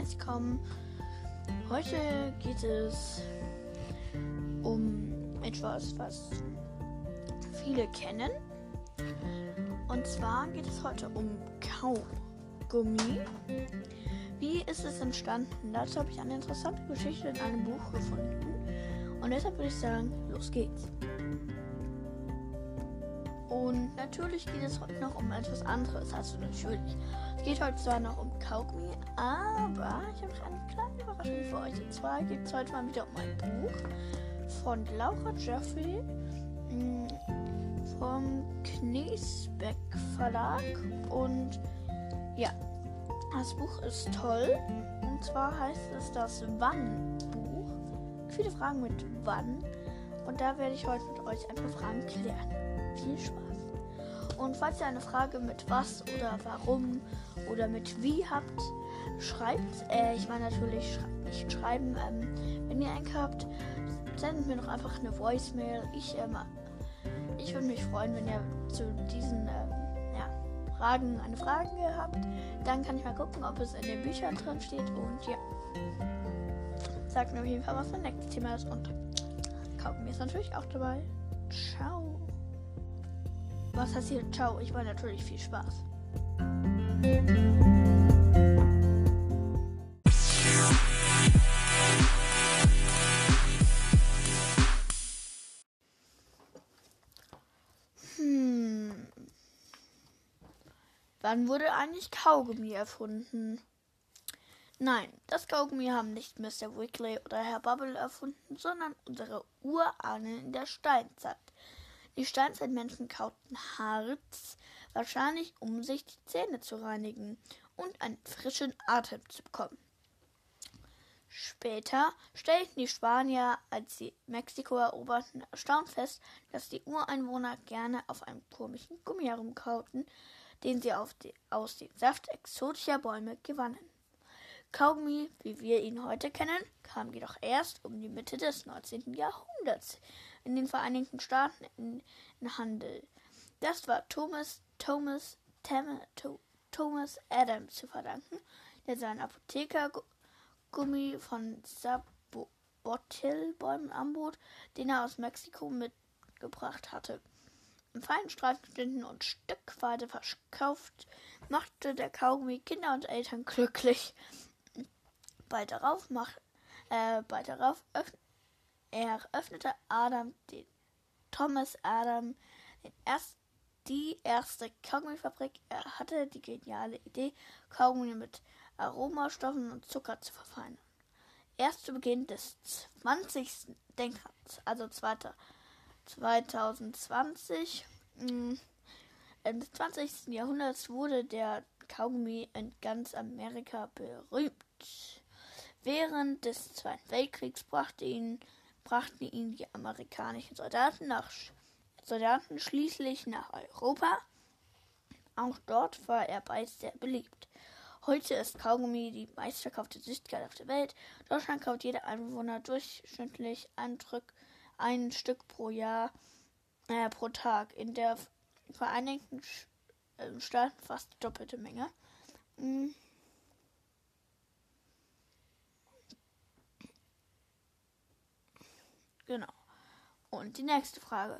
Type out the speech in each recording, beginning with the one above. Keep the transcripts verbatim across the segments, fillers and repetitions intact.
herzlich willkommen. Heute geht es um etwas, was viele kennen. Und zwar geht es heute um Kaugummi. Wie ist es entstanden? Dazu habe ich eine interessante Geschichte in einem Buch gefunden. Und deshalb würde ich sagen, los geht's. Und natürlich geht es heute noch um etwas anderes. Also natürlich. Es geht heute zwar noch um Kaugummi, aber ich habe noch eine kleine Überraschung für euch. Und zwar geht es heute mal wieder um ein Buch von Laura Jeffrey mh, vom Kniesbeck Verlag. Und ja, das Buch ist toll. Und zwar heißt es das Wann-Buch. Viele Fragen mit Wann. Und da werde ich heute mit euch ein paar Fragen klären. Viel Spaß. Und falls ihr eine Frage mit was oder warum oder mit wie habt, schreibt, äh, ich meine natürlich schrei- nicht schreiben, ähm, wenn ihr einen habt, sendet mir doch einfach eine Voicemail. Ich, ähm, ich würde mich freuen, wenn ihr zu diesen ähm, ja, Fragen eine Frage habt. Dann kann ich mal gucken, ob es in den Büchern drin steht und ja, sagt mir auf jeden Fall, was mein nächstes Thema ist und Kaugummi ist natürlich auch dabei. Ciao. Was heißt hier? Ciao. Ich meine natürlich viel Spaß. Hm. Wann wurde eigentlich Kaugummi erfunden? Nein, das Kaugummi haben nicht Mister Wrigley oder Herr Bubble erfunden, sondern unsere Urahnen in der Steinzeit. Die Steinzeitmenschen kauten Harz, wahrscheinlich um sich die Zähne zu reinigen und einen frischen Atem zu bekommen. Später stellten die Spanier, als sie Mexiko eroberten, erstaunt fest, dass die Ureinwohner gerne auf einem komischen Gummi herumkauten, den sie auf die, aus dem Saft exotischer Bäume gewannen. Kaugummi, wie wir ihn heute kennen, kam jedoch erst um die Mitte des neunzehnten Jahrhunderts in den Vereinigten Staaten in, in Handel. Das war Thomas, Thomas, Tam, to, Thomas Adams zu verdanken, der seinen Apothekergummi von Sabotil-Bäumen anbot, den er aus Mexiko mitgebracht hatte. In feinen Streifenschnitten und Stückweise verkauft, machte der Kaugummi Kinder und Eltern glücklich. Bald darauf, mach, äh, bald darauf öff- eröffnete Adam den Thomas Adam den erst, die erste Kaugummifabrik. Er hatte die geniale Idee, Kaugummi mit Aromastoffen und Zucker zu verfeinern. Erst zu Beginn des zwanzigsten Denkens, also zweitausendzwanzig, mh, des zwanzigsten Jahrhunderts wurde der Kaugummi in ganz Amerika berühmt. Während des Zweiten Weltkriegs brachte ihn, brachten ihn die amerikanischen Soldaten, nach, Soldaten schließlich nach Europa. Auch dort war er bald sehr beliebt. Heute ist Kaugummi die meistverkaufte Süßigkeit auf der Welt. In Deutschland kauft jeder Einwohner durchschnittlich ein, Drück, ein Stück pro Jahr, äh, pro Tag. In der Vereinigten Staaten fast die doppelte Menge. Hm. Genau. Und die nächste Frage.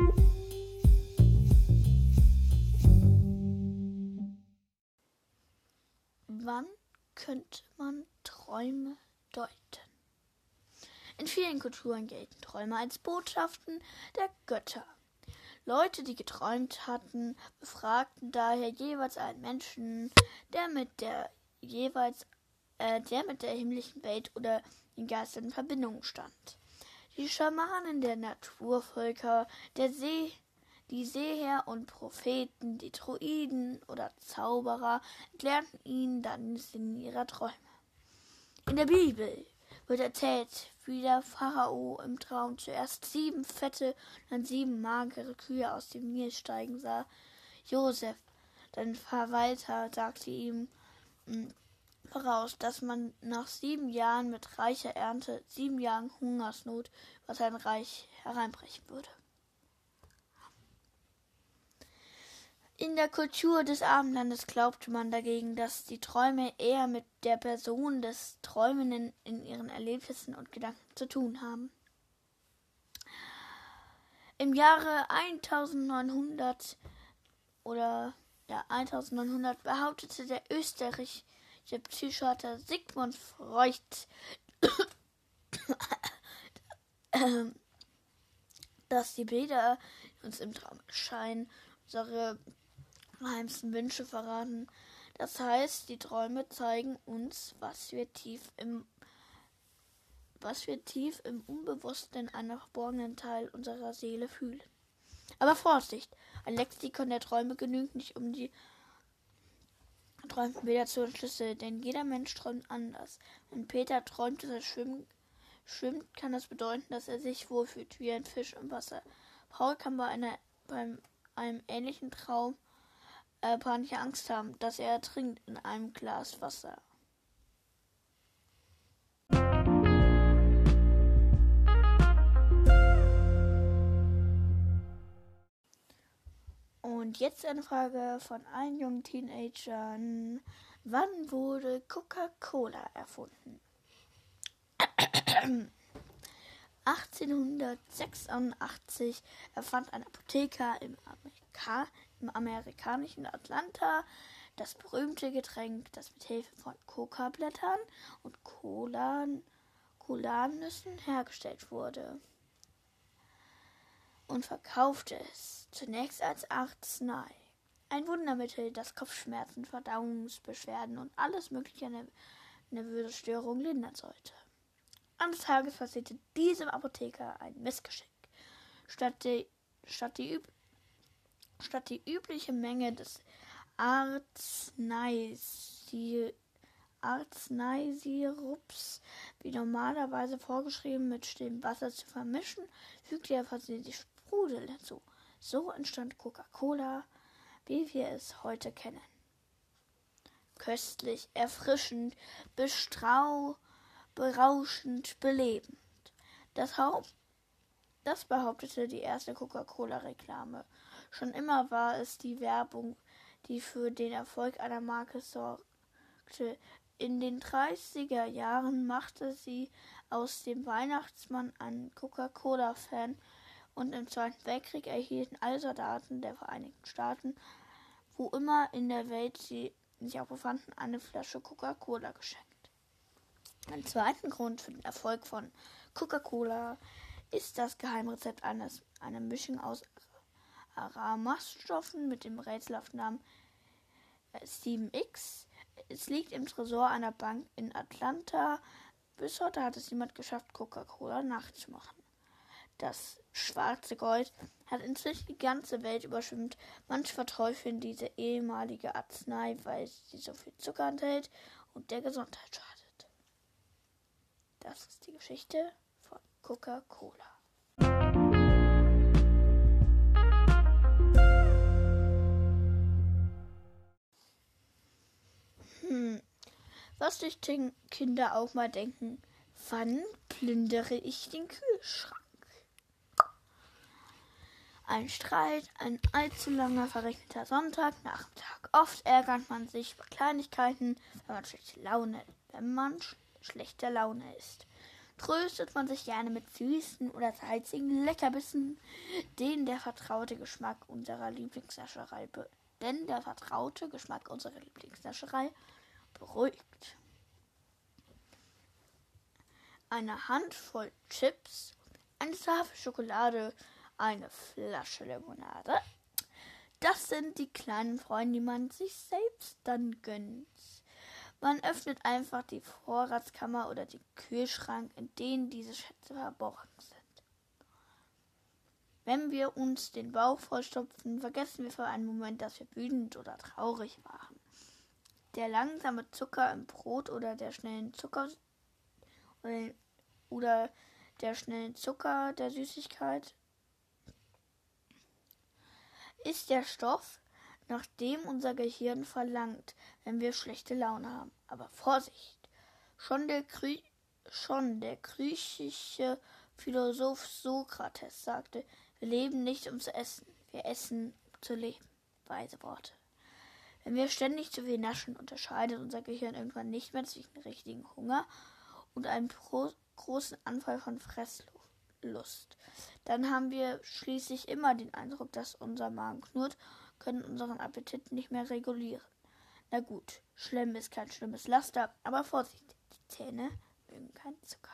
Wann könnte man Träume deuten? In vielen Kulturen gelten Träume als Botschaften der Götter. Leute, die geträumt hatten, befragten daher jeweils einen Menschen, der mit der jeweils äh, der mit der himmlischen Welt oder den Geistern in Verbindung stand. Die Schamanen der Naturvölker, der See, die Seher und Propheten, die Druiden oder Zauberer erklärten ihnen dann den Sinn ihrer Träume. In der Bibel wird erzählt, wie der Pharao im Traum zuerst sieben fette und dann sieben magere Kühe aus dem Nil steigen sah. Josef, sein Verwalter, sagte ihm mh, voraus, dass man nach sieben Jahren mit reicher Ernte, sieben Jahren Hungersnot über sein Reich hereinbrechen würde. In der Kultur des Abendlandes glaubte man dagegen, dass die Träume eher mit der Person des Träumenden in ihren Erlebnissen und Gedanken zu tun haben. Im Jahre neunzehnhundert oder ja, neunzehnhundert behauptete der österreichische Psychiater Sigmund Freud, dass die Bilder, die uns im Traum erscheinen, unsere geheimsten Wünsche verraten. Das heißt, die Träume zeigen uns, was wir tief im was wir tief im Unbewussten in einem verborgenen Teil unserer Seele fühlen. Aber Vorsicht! Ein Lexikon der Träume genügt nicht, um die träumten Bilder zu entschlüsseln, denn jeder Mensch träumt anders. Wenn Peter träumt, dass er schwimmt, schwimmt, kann das bedeuten, dass er sich wohlfühlt, wie ein Fisch im Wasser. Paul kann bei, einer, bei einem ähnlichen Traum äh, panische Angst haben, dass er ertrinkt in einem Glas Wasser. Und jetzt eine Frage von allen jungen Teenagern. Wann wurde Coca-Cola erfunden? achtzehnhundertsechsundachtzig erfand ein Apotheker im, Amerika, im amerikanischen Atlanta das berühmte Getränk, das mit Hilfe von Coca-Blättern und Colan, Colanüssen hergestellt wurde, und verkaufte es zunächst als Arznei. Ein Wundermittel, das Kopfschmerzen, Verdauungsbeschwerden und alles mögliche nervöse Störungen lindern sollte. Eines Tages passierte diesem Apotheker ein Missgeschick. Statt die, statt die, üb, statt die übliche Menge des Arzneisi, Arzneisirups, wie normalerweise vorgeschrieben, mit stillem Wasser zu vermischen, fügte er versehentlich Sprudel hinzu. So entstand Coca-Cola, wie wir es heute kennen. Köstlich, erfrischend, bestrau, berauschend, belebend. Das, Haupt, das behauptete die erste Coca-Cola-Reklame. Schon immer war es die Werbung, die für den Erfolg einer Marke sorgte. In den dreißiger Jahren machte sie aus dem Weihnachtsmann einen Coca-Cola-Fan und im Zweiten Weltkrieg erhielten alle Soldaten der Vereinigten Staaten, wo immer in der Welt sie sich auch befanden, eine Flasche Coca-Cola geschenkt. Ein zweiter Grund für den Erfolg von Coca-Cola ist das Geheimrezept eines, einer Mischung aus Aromastoffen mit dem rätselhaften Namen sieben X. Es liegt im Tresor einer Bank in Atlanta. Bis heute hat es niemand geschafft, Coca-Cola nachzumachen. Das schwarze Gold hat inzwischen die ganze Welt überschwemmt. Manche verteufeln diese ehemalige Arznei, weil sie so viel Zucker enthält und der Gesundheit schadet. Das ist die Geschichte von Coca-Cola. Hm. Was sich Kinder auch mal denken: Wann plündere ich den Kühlschrank? Ein Streit, ein allzu langer verregneter Sonntagnachmittag. Oft ärgert man sich über Kleinigkeiten, wenn man schlechte Laune, wenn man sch- schlechter Laune ist. Tröstet man sich gerne mit süßen oder salzigen Leckerbissen, denen der vertraute Geschmack unserer Lieblingsnascherei be- denn der vertraute Geschmack unserer Lieblingsnascherei beruhigt. Eine Handvoll Chips, eine Tafel Schokolade, eine Flasche Limonade. Das sind die kleinen Freunde, die man sich selbst dann gönnt. Man öffnet einfach die Vorratskammer oder den Kühlschrank, in denen diese Schätze verborgen sind. Wenn wir uns den Bauch vollstopfen, vergessen wir für einen Moment, dass wir wütend oder traurig waren. Der langsame Zucker im Brot oder der schnellen Zucker oder, oder der schnellen Zucker der Süßigkeit ist der Stoff, nach dem unser Gehirn verlangt, wenn wir schlechte Laune haben. Aber Vorsicht! Schon der, Grie- schon der griechische Philosoph Sokrates sagte, wir leben nicht um zu essen, wir essen um zu leben. weise Worte. Wenn wir ständig zu viel naschen, unterscheidet unser Gehirn irgendwann nicht mehr zwischen richtigen Hunger und einem pro- großen Anfall von Fresslust. Dann haben wir schließlich immer den Eindruck, dass unser Magen knurrt, können unseren Appetit nicht mehr regulieren. Na gut, Schlemm ist kein schlimmes Laster, aber Vorsicht, die Zähne mögen keinen Zucker.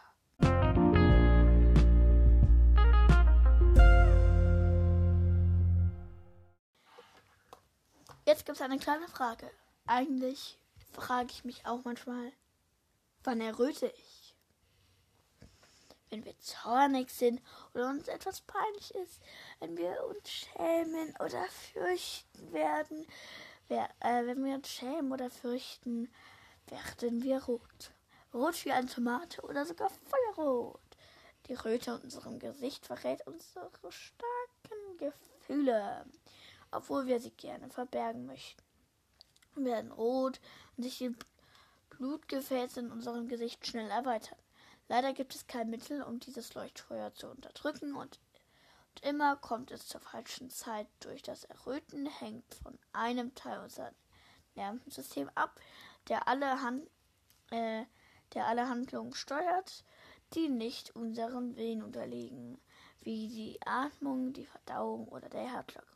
Jetzt gibt es eine kleine Frage. Eigentlich frage ich mich auch manchmal, wann erröte ich? Wenn wir zornig sind oder uns etwas peinlich ist, wenn wir uns schämen oder fürchten werden, wer, äh, wenn wir uns schämen oder fürchten, werden wir rot. Rot wie eine Tomate oder sogar feuerrot. Die Röte in unserem Gesicht verrät unsere starken Gefühle, obwohl wir sie gerne verbergen möchten. Wir werden rot und sich die Blutgefäße in unserem Gesicht schnell erweitern. Leider gibt es kein Mittel, um dieses Leuchtfeuer zu unterdrücken und, und immer kommt es zur falschen Zeit. Durch das Erröten hängt von einem Teil unseres Nervensystems ab, der alle, Hand, äh, der alle Handlungen steuert, die nicht unseren Willen unterliegen, wie die Atmung, die Verdauung oder der Herzschlag.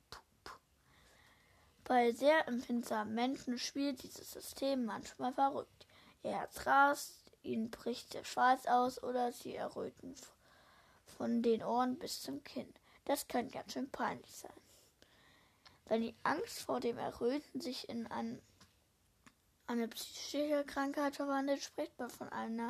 Bei sehr empfindsamen Menschen spielt dieses System manchmal verrückt. Ihr Herz rast, ihnen bricht der Schweiß aus oder sie erröten von den Ohren bis zum Kinn. Das kann ganz schön peinlich sein. Wenn die Angst vor dem Erröten sich in ein, eine psychische Krankheit verwandelt, spricht man von einer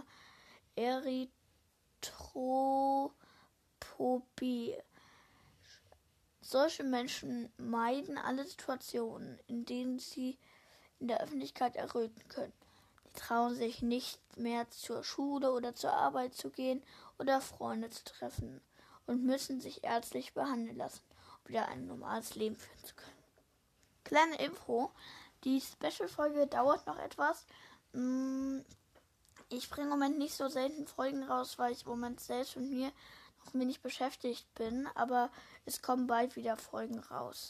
Erythrophobie. Solche Menschen meiden alle Situationen, in denen sie in der Öffentlichkeit erröten können. Die trauen sich nicht mehr zur Schule oder zur Arbeit zu gehen oder Freunde zu treffen und müssen sich ärztlich behandeln lassen, um wieder ein normales Leben führen zu können. Kleine Info, die Special-Folge dauert noch etwas. Ich bringe im Moment nicht so selten Folgen raus, weil ich im Moment selbst mit mir noch ein wenig beschäftigt bin, aber es kommen bald wieder Folgen raus.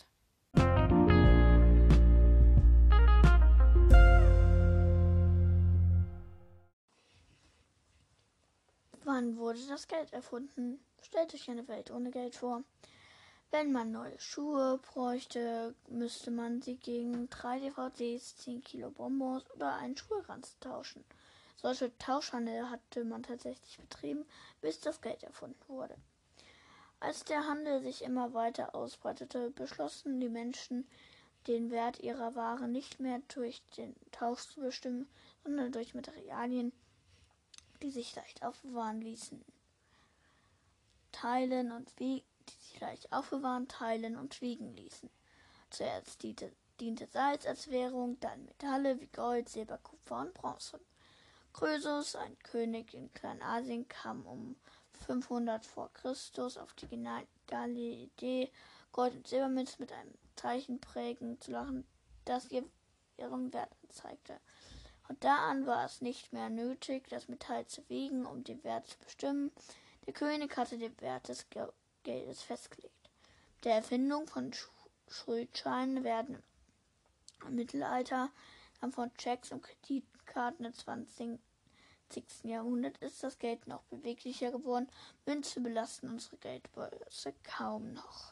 Wann wurde das Geld erfunden? Stellt euch eine Welt ohne Geld vor. Wenn man neue Schuhe bräuchte, müsste man sie gegen drei D V Ds, zehn Kilo Bonbons oder einen Schulranzen tauschen. Solche Tauschhandel hatte man tatsächlich betrieben, bis das Geld erfunden wurde. Als der Handel sich immer weiter ausbreitete, beschlossen die Menschen, den Wert ihrer Ware nicht mehr durch den Tausch zu bestimmen, sondern durch Materialien, die sich leicht aufbewahren ließen. Teilen und wiegen, die sich leicht aufbewahren, teilen und wiegen ließen. Zuerst diente, diente Salz als Währung, dann Metalle wie Gold, Silber, Kupfer und Bronze. Krösus, ein König in Kleinasien, kam um fünfhundert vor Christus auf die geniale Idee, Gold- und Silbermünzen mit einem Zeichen prägen zu lassen, das ihr ihren Wert anzeigte. Von da an war es nicht mehr nötig, das Metall zu wiegen, um den Wert zu bestimmen. Der König hatte den Wert des Geldes festgelegt. Mit der Erfindung von Sch- Schuldscheinen werden im Mittelalter, dann von Schecks und Kreditkarten im zwanzigsten Jahrhundert ist das Geld noch beweglicher geworden. Münzen belasten unsere Geldbörse kaum noch.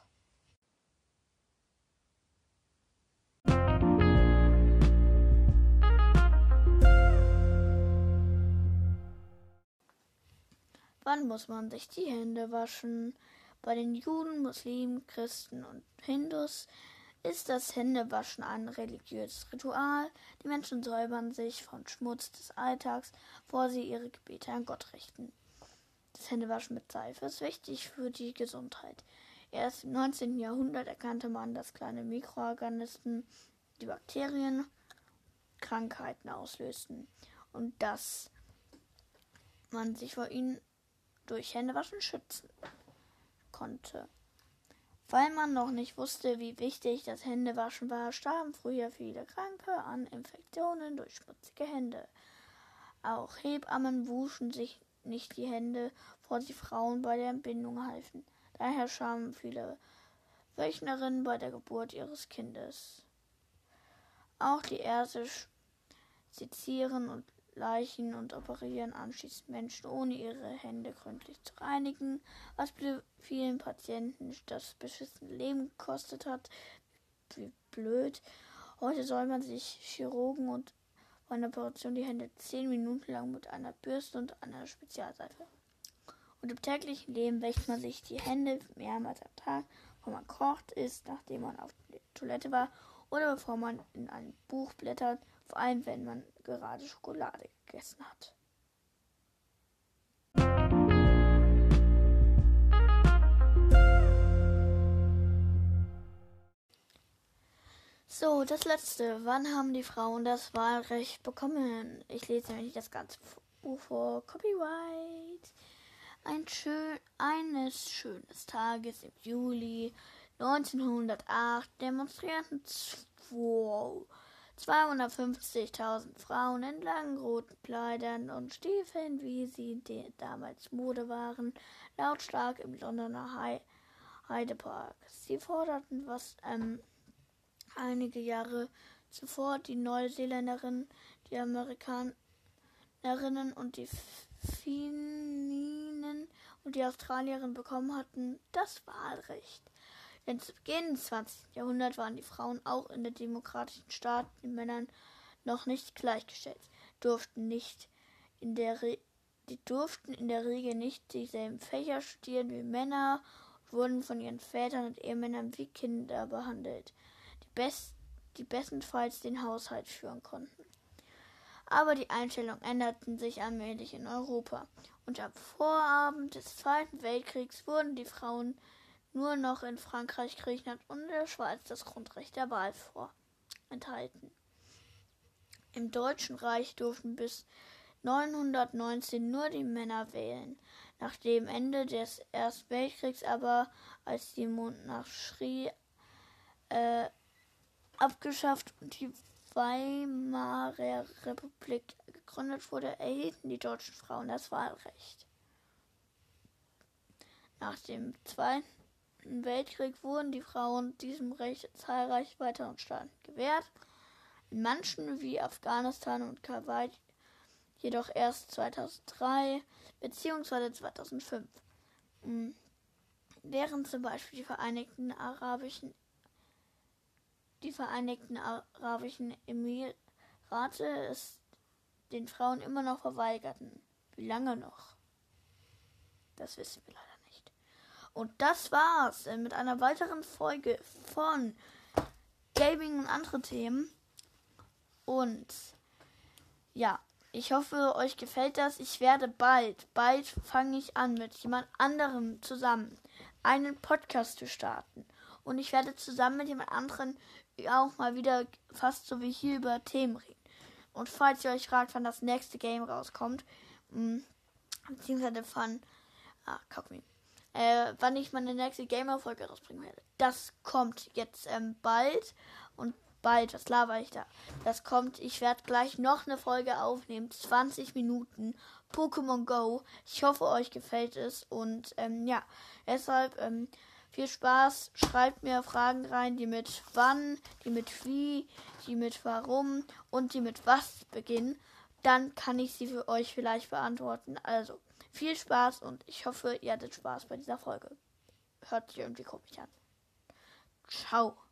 Wann muss man sich die Hände waschen? Bei den Juden, Muslimen, Christen und Hindus ist das Händewaschen ein religiöses Ritual. Die Menschen säubern sich vom Schmutz des Alltags, bevor sie ihre Gebete an Gott richten. Das Händewaschen mit Seife ist wichtig für die Gesundheit. Erst im neunzehnten Jahrhundert erkannte man, dass kleine Mikroorganismen, die Bakterien, Krankheiten auslösten und dass man sich vor ihnen durch Händewaschen schützen konnte. Weil man noch nicht wusste, wie wichtig das Händewaschen war, starben früher viele Kranke an Infektionen durch schmutzige Hände. Auch Hebammen wuschen sich nicht die Hände, bevor sie Frauen bei der Entbindung halfen. Daher starben viele Wöchnerin bei der Geburt ihres Kindes. Auch die Ärzte sezieren und Leichen und operieren anschließend Menschen, ohne ihre Hände gründlich zu reinigen, was vielen Patienten das beschissene Leben gekostet hat. Wie blöd. Heute soll man sich Chirurgen und bei einer Operation die Hände zehn Minuten lang mit einer Bürste und einer Spezialseife. Und im täglichen Leben wäscht man sich die Hände mehrmals am Tag, bevor man kocht, isst, nachdem man auf der Toilette war oder bevor man in ein Buch blättert, vor allem wenn man gerade Schokolade gegessen hat. So, das letzte. Wann haben die Frauen das Wahlrecht bekommen? Ich lese nämlich das ganze Buch vor. Copyright. Ein schön, eines schönen Tages im Juli neunzehnhundertacht demonstrierten zweihundertfünfzigtausend Frauen in langen roten Kleidern und Stiefeln, wie sie damals Mode waren, lautstark im Londoner Hyde Park. Sie forderten, was ähm, einige Jahre zuvor die Neuseeländerinnen, die Amerikanerinnen und die Fininen und die Australierinnen bekommen hatten, das Wahlrecht. Denn zu Beginn des zwanzigsten Jahrhunderts waren die Frauen auch in den demokratischen Staaten den Männern noch nicht gleichgestellt, durften nicht in der Re- die durften in der Regel nicht dieselben Fächer studieren wie Männer und wurden von ihren Vätern und Ehemännern wie Kinder behandelt, die, best, die bestenfalls den Haushalt führen konnten. Aber die Einstellungen änderten sich allmählich in Europa, und am Vorabend des Zweiten Weltkriegs wurden die Frauen nur noch in Frankreich, Griechenland und in der Schweiz das Grundrecht der Wahl vorenthalten. Im Deutschen Reich durften bis neunzehnhundertneunzehn nur die Männer wählen. Nach dem Ende des Ersten Weltkriegs aber, als die Monarchie äh, abgeschafft und die Weimarer Republik gegründet wurde, erhielten die deutschen Frauen das Wahlrecht. Nach dem Zweiten Weltkrieg wurden die Frauen diesem Recht zahlreich weiteren Staaten gewährt, in manchen wie Afghanistan und Kuwait jedoch erst zweitausenddrei bzw. zweitausendfünf. Während zum Beispiel die Vereinigten Arabischen die Vereinigten Arabischen Emirate es den Frauen immer noch verweigerten. Wie lange noch? Das wissen wir leider nicht. Und das war's mit einer weiteren Folge von Gaming und andere Themen. Und ja, ich hoffe, euch gefällt das. Ich werde bald, bald fange ich an, mit jemand anderem zusammen einen Podcast zu starten. Und ich werde zusammen mit jemand anderen auch mal wieder fast so wie hier über Themen reden. Und falls ihr euch fragt, wann das nächste Game rauskommt, mh, beziehungsweise von, ah, guck mir, äh, wann ich meine nächste Gamer-Folge rausbringen werde, das kommt jetzt ähm, bald. Und bald, was laber ich da? Das kommt, ich werde gleich noch eine Folge aufnehmen, zwanzig Minuten, Pokémon Go. Ich hoffe, euch gefällt es. Und ähm, ja, deshalb, ähm, viel Spaß, schreibt mir Fragen rein, die mit wann, die mit wie, die mit warum und die mit was beginnen. Dann kann ich sie für euch vielleicht beantworten. Also, viel Spaß und ich hoffe, ihr hattet Spaß bei dieser Folge. Hört sich irgendwie komisch an. Ciao.